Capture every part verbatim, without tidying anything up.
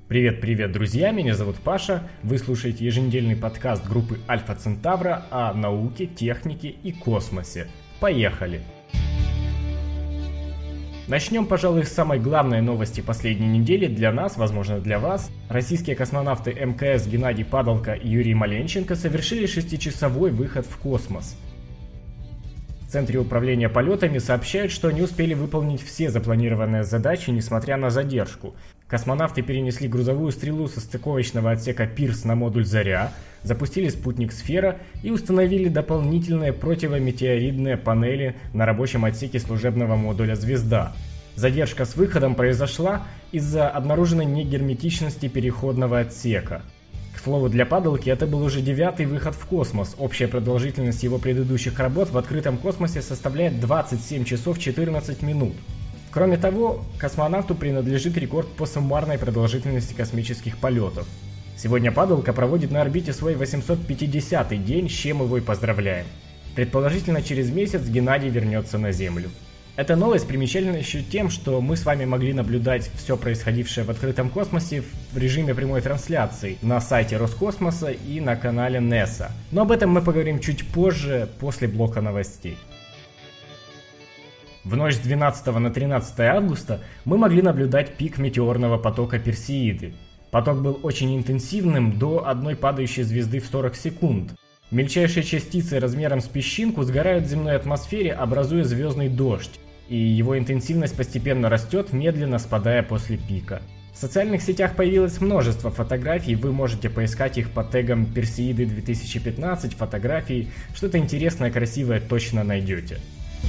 Привет-привет, друзья, меня зовут Паша, вы слушаете еженедельный подкаст группы Альфа Центавра о науке, технике и космосе. Поехали! Начнем, пожалуй, с самой главной новости последней недели для нас, возможно, для вас. Российские космонавты эм ка эс Геннадий Падалко и Юрий Маленченко совершили шестичасовой выход в космос. В Центре управления полетами сообщают, что не успели выполнить все запланированные задачи, несмотря на задержку. Космонавты перенесли грузовую стрелу со стыковочного отсека «Пирс» на модуль «Заря», запустили спутник «Сфера» и установили дополнительные противометеоритные панели на рабочем отсеке служебного модуля «Звезда». Задержка с выходом произошла из-за обнаруженной негерметичности переходного отсека. К слову, для Падалки это был уже девятый выход в космос. Общая продолжительность его предыдущих работ в открытом космосе составляет двадцать семь часов четырнадцать минут. Кроме того, космонавту принадлежит рекорд по суммарной продолжительности космических полетов. Сегодня Падалко проводит на орбите свой восемьсот пятидесятый день, с чем его и поздравляем. Предположительно, через месяц Геннадий вернется на Землю. Эта новость примечательна еще тем, что мы с вами могли наблюдать все происходившее в открытом космосе в режиме прямой трансляции на сайте Роскосмоса и на канале НЭСА. Но об этом мы поговорим чуть позже, после блока новостей. В ночь с двенадцатого на тринадцатое августа мы могли наблюдать пик метеорного потока Персеиды. Поток был очень интенсивным, до одной падающей звезды в сорок секунд. Мельчайшие частицы размером с песчинку сгорают в земной атмосфере, образуя звездный дождь, и его интенсивность постепенно растет, медленно спадая после пика. В социальных сетях появилось множество фотографий, вы можете поискать их по тегам Персеиды две тысячи пятнадцать, фотографии, что-то интересное, красивое точно найдете.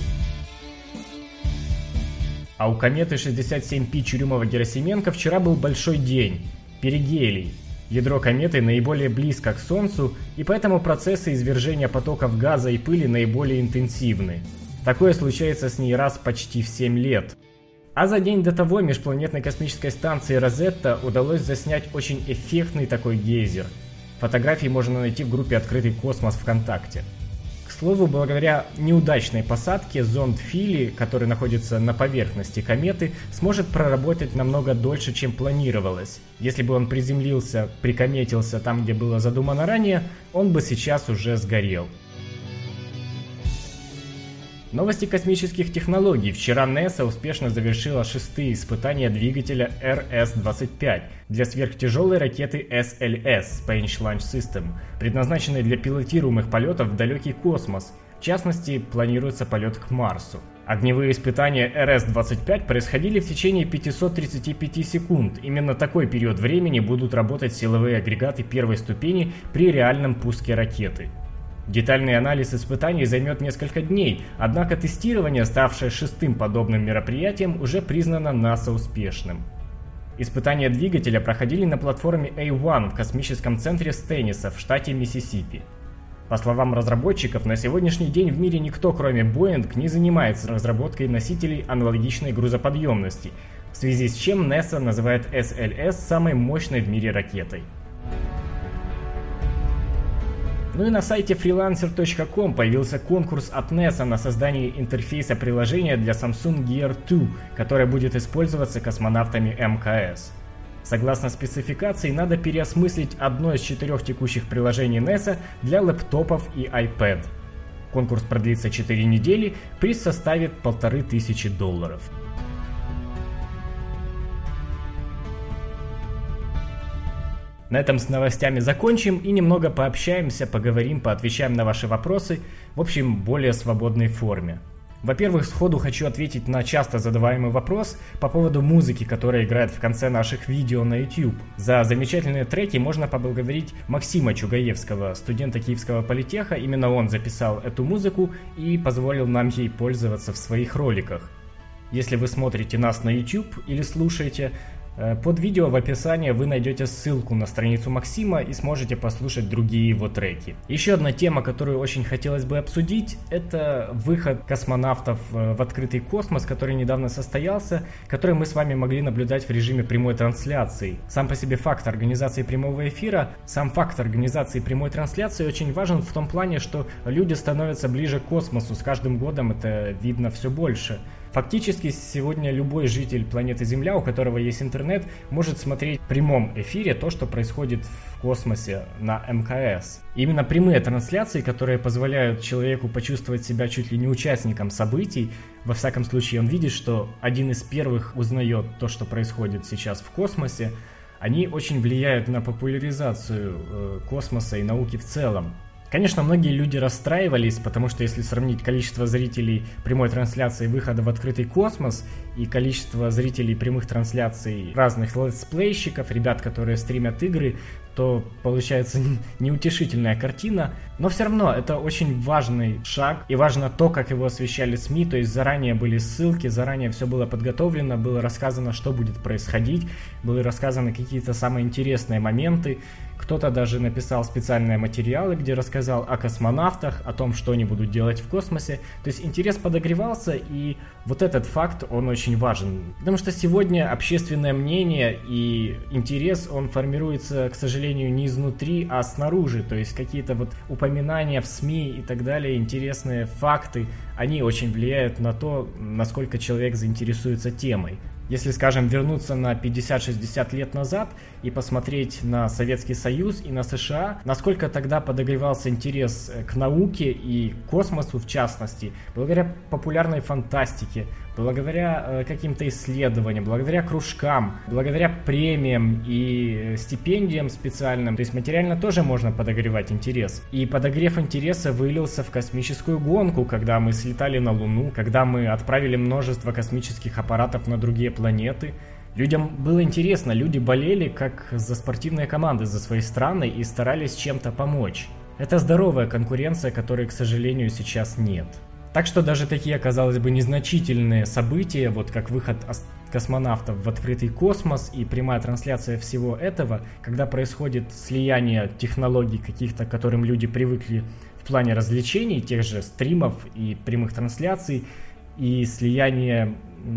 А у кометы шестьдесят семь пи Чурюмова-Герасименко вчера был большой день – перигелий. Ядро кометы наиболее близко к Солнцу, и поэтому процессы извержения потоков газа и пыли наиболее интенсивны. Такое случается с ней раз почти в семь лет. А за день до того межпланетной космической станции Розетта удалось заснять очень эффектный такой гейзер. Фотографии можно найти в группе «Открытый космос» ВКонтакте. К слову, благодаря неудачной посадке зонд Фили, который находится на поверхности кометы, сможет проработать намного дольше, чем планировалось. Если бы он приземлился, прикометился там, где было задумано ранее, он бы сейчас уже сгорел. Новости космических технологий. Вчера НАСА успешно завершила шестые испытания двигателя эр эс двадцать пять для сверхтяжелой ракеты эс эл эс Space Launch System, предназначенной для пилотируемых полетов в далекий космос. В частности, планируется полет к Марсу. Огневые испытания эр эс двадцать пять происходили в течение пятисот тридцати пяти секунд. Именно такой период времени будут работать силовые агрегаты первой ступени при реальном пуске ракеты. Детальный анализ испытаний займет несколько дней, однако тестирование, ставшее шестым подобным мероприятием, уже признано НАСА успешным. Испытания двигателя проходили на платформе эй один в космическом центре Стенниса в штате Миссисипи. По словам разработчиков, на сегодняшний день в мире никто, кроме Boeing, не занимается разработкой носителей аналогичной грузоподъемности, в связи с чем НАСА называет эс эл эс самой мощной в мире ракетой. Ну и на сайте фрилансер точка ком появился конкурс от НАСА на создание интерфейса приложения для Samsung Gear два, которое будет использоваться космонавтами эм ка эс. Согласно спецификации, надо переосмыслить одно из четырех текущих приложений НАСА для лэптопов и iPad. Конкурс продлится четыре недели, приз составит полторы тысячи долларов. На этом с новостями закончим и немного пообщаемся, поговорим, поотвечаем на ваши вопросы, в общем, в более свободной форме. Во-первых, сходу хочу ответить на часто задаваемый вопрос по поводу музыки, которая играет в конце наших видео на YouTube. За замечательные треки можно поблагодарить Максима Чугаевского, студента Киевского политеха. Именно он записал эту музыку и позволил нам ей пользоваться в своих роликах. Если вы смотрите нас на YouTube или слушаете, под видео в описании вы найдете ссылку на страницу Максима и сможете послушать другие его треки. Еще одна тема, которую очень хотелось бы обсудить, это выход космонавтов в открытый космос, который недавно состоялся, который мы с вами могли наблюдать в режиме прямой трансляции. Сам по себе факт организации прямого эфира, сам факт организации прямой трансляции очень важен в том плане, что люди становятся ближе к космосу, с каждым годом это видно все больше. Фактически сегодня любой житель планеты Земля, у которого есть интернет, может смотреть в прямом эфире то, что происходит в космосе на эм ка эс. Именно прямые трансляции, которые позволяют человеку почувствовать себя чуть ли не участником событий, во всяком случае он видит, что один из первых узнает то, что происходит сейчас в космосе, они очень влияют на популяризацию э, космоса и науки в целом. Конечно, многие люди расстраивались, потому что если сравнить количество зрителей прямой трансляции выхода в открытый космос и количество зрителей прямых трансляций разных летсплейщиков, ребят, которые стримят игры, то получается неутешительная картина. Но все равно это очень важный шаг, и важно то, как его освещали СМИ, то есть заранее были ссылки, заранее все было подготовлено, было рассказано, что будет происходить, были рассказаны какие-то самые интересные моменты. Кто-то даже написал специальные материалы, где рассказал о космонавтах, о том, что они будут делать в космосе. То есть интерес подогревался, и вот этот факт, он очень важен. Потому что сегодня общественное мнение и интерес, он формируется, к сожалению, не изнутри, а снаружи. То есть какие-то вот упоминания в СМИ и так далее, интересные факты, они очень влияют на то, насколько человек заинтересуется темой. Если, скажем, вернуться на пятьдесят-шестьдесят лет назад и посмотреть на Советский Союз и на США, насколько тогда подогревался интерес к науке и космосу в частности, благодаря популярной фантастике, благодаря э, каким-то исследованиям, благодаря кружкам, благодаря премиям и стипендиям специальным. То есть материально тоже можно подогревать интерес. И подогрев интереса вылился в космическую гонку, когда мы слетали на Луну, когда мы отправили множество космических аппаратов на другие планеты. Людям было интересно, люди болели как за спортивные команды, за свои страны и старались чем-то помочь. Это здоровая конкуренция, которой, к сожалению, сейчас нет. Так что даже такие, казалось бы, незначительные события, вот как выход космонавтов в открытый космос и прямая трансляция всего этого, когда происходит слияние технологий каких-то, к которым люди привыкли в плане развлечений, тех же стримов и прямых трансляций, и слияние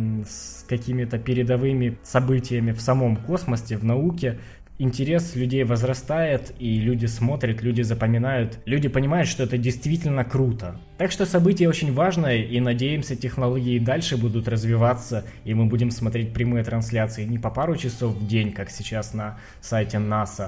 с какими-то передовыми событиями в самом космосе, в науке, интерес людей возрастает, и люди смотрят, люди запоминают, люди понимают, что это действительно круто. Так что событие очень важное, и надеемся, технологии дальше будут развиваться, и мы будем смотреть прямые трансляции не по пару часов в день, как сейчас на сайте НАСА,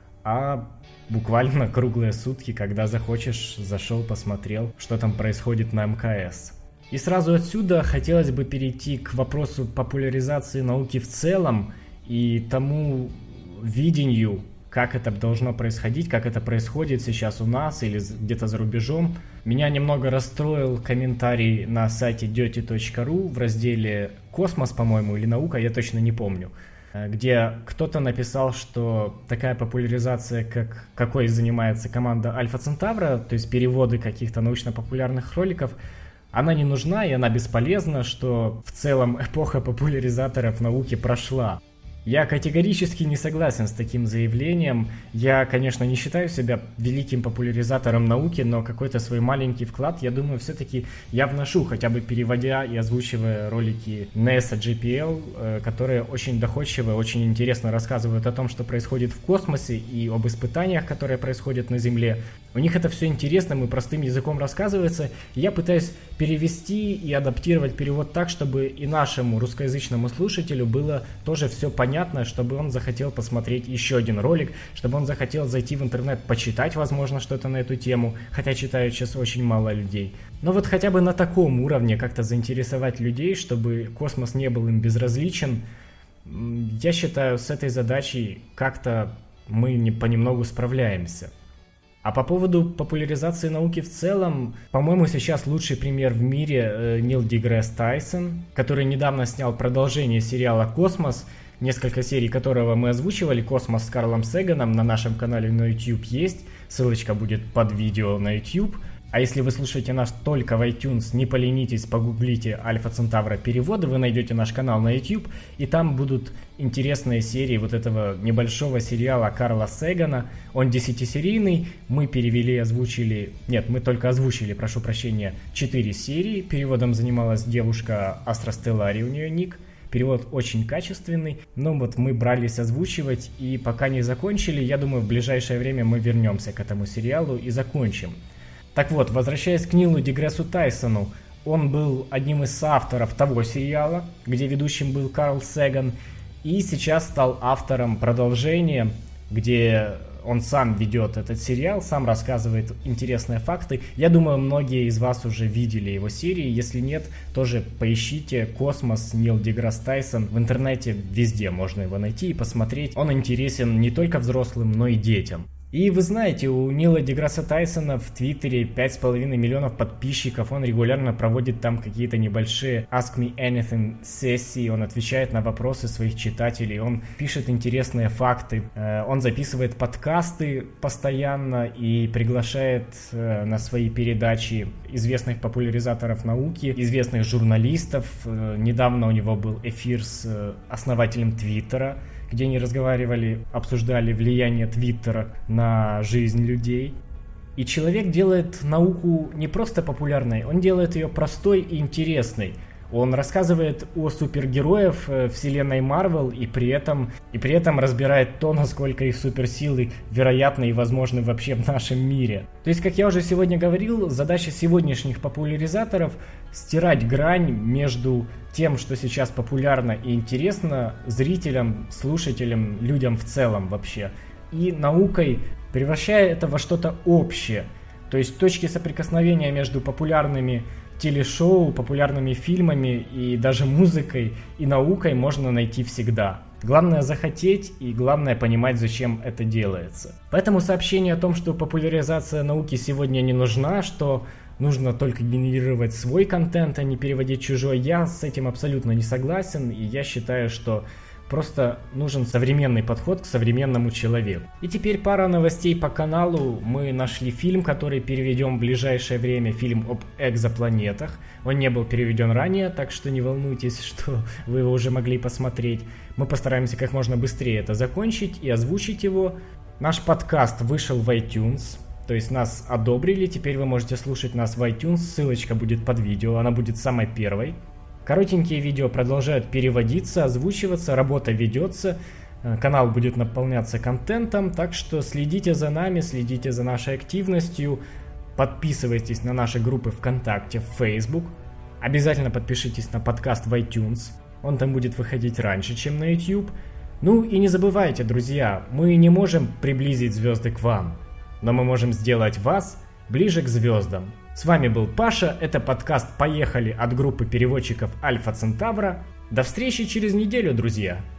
а буквально круглые сутки, когда захочешь, зашел, посмотрел, что там происходит на эм ка эс. И сразу отсюда хотелось бы перейти к вопросу популяризации науки в целом и тому видению, как это должно происходить, как это происходит сейчас у нас или где-то за рубежом. Меня немного расстроил комментарий на сайте дёти точка ру в разделе «Космос», по-моему, или «Наука», я точно не помню, где кто-то написал, что такая популяризация, как, какой занимается команда Альфа Центавра, то есть переводы каких-то научно-популярных роликов, она не нужна и она бесполезна, что в целом эпоха популяризаторов науки прошла. Я категорически не согласен с таким заявлением. Я, конечно, не считаю себя великим популяризатором науки, но какой-то свой маленький вклад, я думаю, все-таки я вношу, хотя бы переводя и озвучивая ролики NASA джей пи эл, которые очень доходчиво, очень интересно рассказывают о том, что происходит в космосе и об испытаниях, которые происходят на Земле. У них это все интересным и простым языком рассказывается. И я пытаюсь перевести и адаптировать перевод так, чтобы и нашему русскоязычному слушателю было тоже все понятно, чтобы он захотел посмотреть еще один ролик, чтобы он захотел зайти в интернет, почитать, возможно, что-то на эту тему, хотя читают сейчас очень мало людей. Но вот хотя бы на таком уровне как-то заинтересовать людей, чтобы космос не был им безразличен, я считаю, с этой задачей как-то мы не понемногу справляемся. А по поводу популяризации науки в целом, по-моему, сейчас лучший пример в мире э, Нил Деграсс Тайсон, который недавно снял продолжение сериала «Космос», несколько серий которого мы озвучивали, «Космос» с Карлом Саганом, на нашем канале на YouTube есть, ссылочка будет под видео на YouTube. А если вы слушаете нас только в iTunes, не поленитесь, погуглите Альфа Центавра переводы, вы найдете наш канал на YouTube, и там будут интересные серии вот этого небольшого сериала Карла Сагана. Он десятисерийный, мы перевели, озвучили, нет, мы только озвучили, прошу прощения, четыре серии. Переводом занималась девушка Астростеллари, у нее ник. Перевод очень качественный, но вот мы брались озвучивать, и пока не закончили, я думаю, в ближайшее время мы вернемся к этому сериалу и закончим. Так вот, возвращаясь к Нилу Деграссу Тайсону, Он был одним из авторов того сериала, где ведущим был Карл Саган, и сейчас стал автором продолжения, где он сам ведет этот сериал, сам рассказывает интересные факты. Я думаю, многие из вас уже видели его серии. Если нет, тоже поищите «Космос» Нил Деграсс Тайсон. В интернете везде можно его найти и посмотреть. Он интересен не только взрослым, но и детям. И вы знаете, у Нила Деграсса Тайсона в Твиттере пять с половиной миллионов подписчиков, он регулярно проводит там какие-то небольшие Ask Me Anything сессии, он отвечает на вопросы своих читателей, он пишет интересные факты, он записывает подкасты постоянно и приглашает на свои передачи известных популяризаторов науки, известных журналистов. Недавно у него был эфир с основателем Твиттера, где они разговаривали, обсуждали влияние Твиттера на жизнь людей. И человек делает науку не просто популярной, он делает ее простой и интересной. Он рассказывает о супергероях вселенной Марвел и при этом, и при этом разбирает то, насколько их суперсилы вероятны и возможны вообще в нашем мире. То есть, как я уже сегодня говорил, задача сегодняшних популяризаторов — стирать грань между тем, что сейчас популярно и интересно зрителям, слушателям, людям в целом вообще, и наукой, превращая это во что-то общее. То есть точки соприкосновения между популярными телешоу, популярными фильмами и даже музыкой и наукой можно найти всегда. Главное захотеть и главное понимать, зачем это делается. Поэтому сообщение о том, что популяризация науки сегодня не нужна, что нужно только генерировать свой контент, а не переводить чужой, я с этим абсолютно не согласен, и я считаю, что просто нужен современный подход к современному человеку. И теперь пара новостей по каналу. Мы нашли фильм, который переведем в ближайшее время, фильм об экзопланетах. Он не был переведен ранее, так что не волнуйтесь, что вы его уже могли посмотреть. Мы постараемся как можно быстрее это закончить и озвучить его. Наш подкаст вышел в iTunes, то есть нас одобрили, теперь вы можете слушать нас в iTunes, ссылочка будет под видео, она будет самой первой. Коротенькие видео продолжают переводиться, озвучиваться, работа ведется, канал будет наполняться контентом, так что следите за нами, следите за нашей активностью, подписывайтесь на наши группы ВКонтакте, в Facebook, обязательно подпишитесь на подкаст в iTunes, он там будет выходить раньше, чем на YouTube. Ну и не забывайте, друзья, мы не можем приблизить звезды к вам, но мы можем сделать вас ближе к звездам. С вами был Паша, это подкаст «Поехали» от группы переводчиков Альфа Центавра. До встречи через неделю, друзья!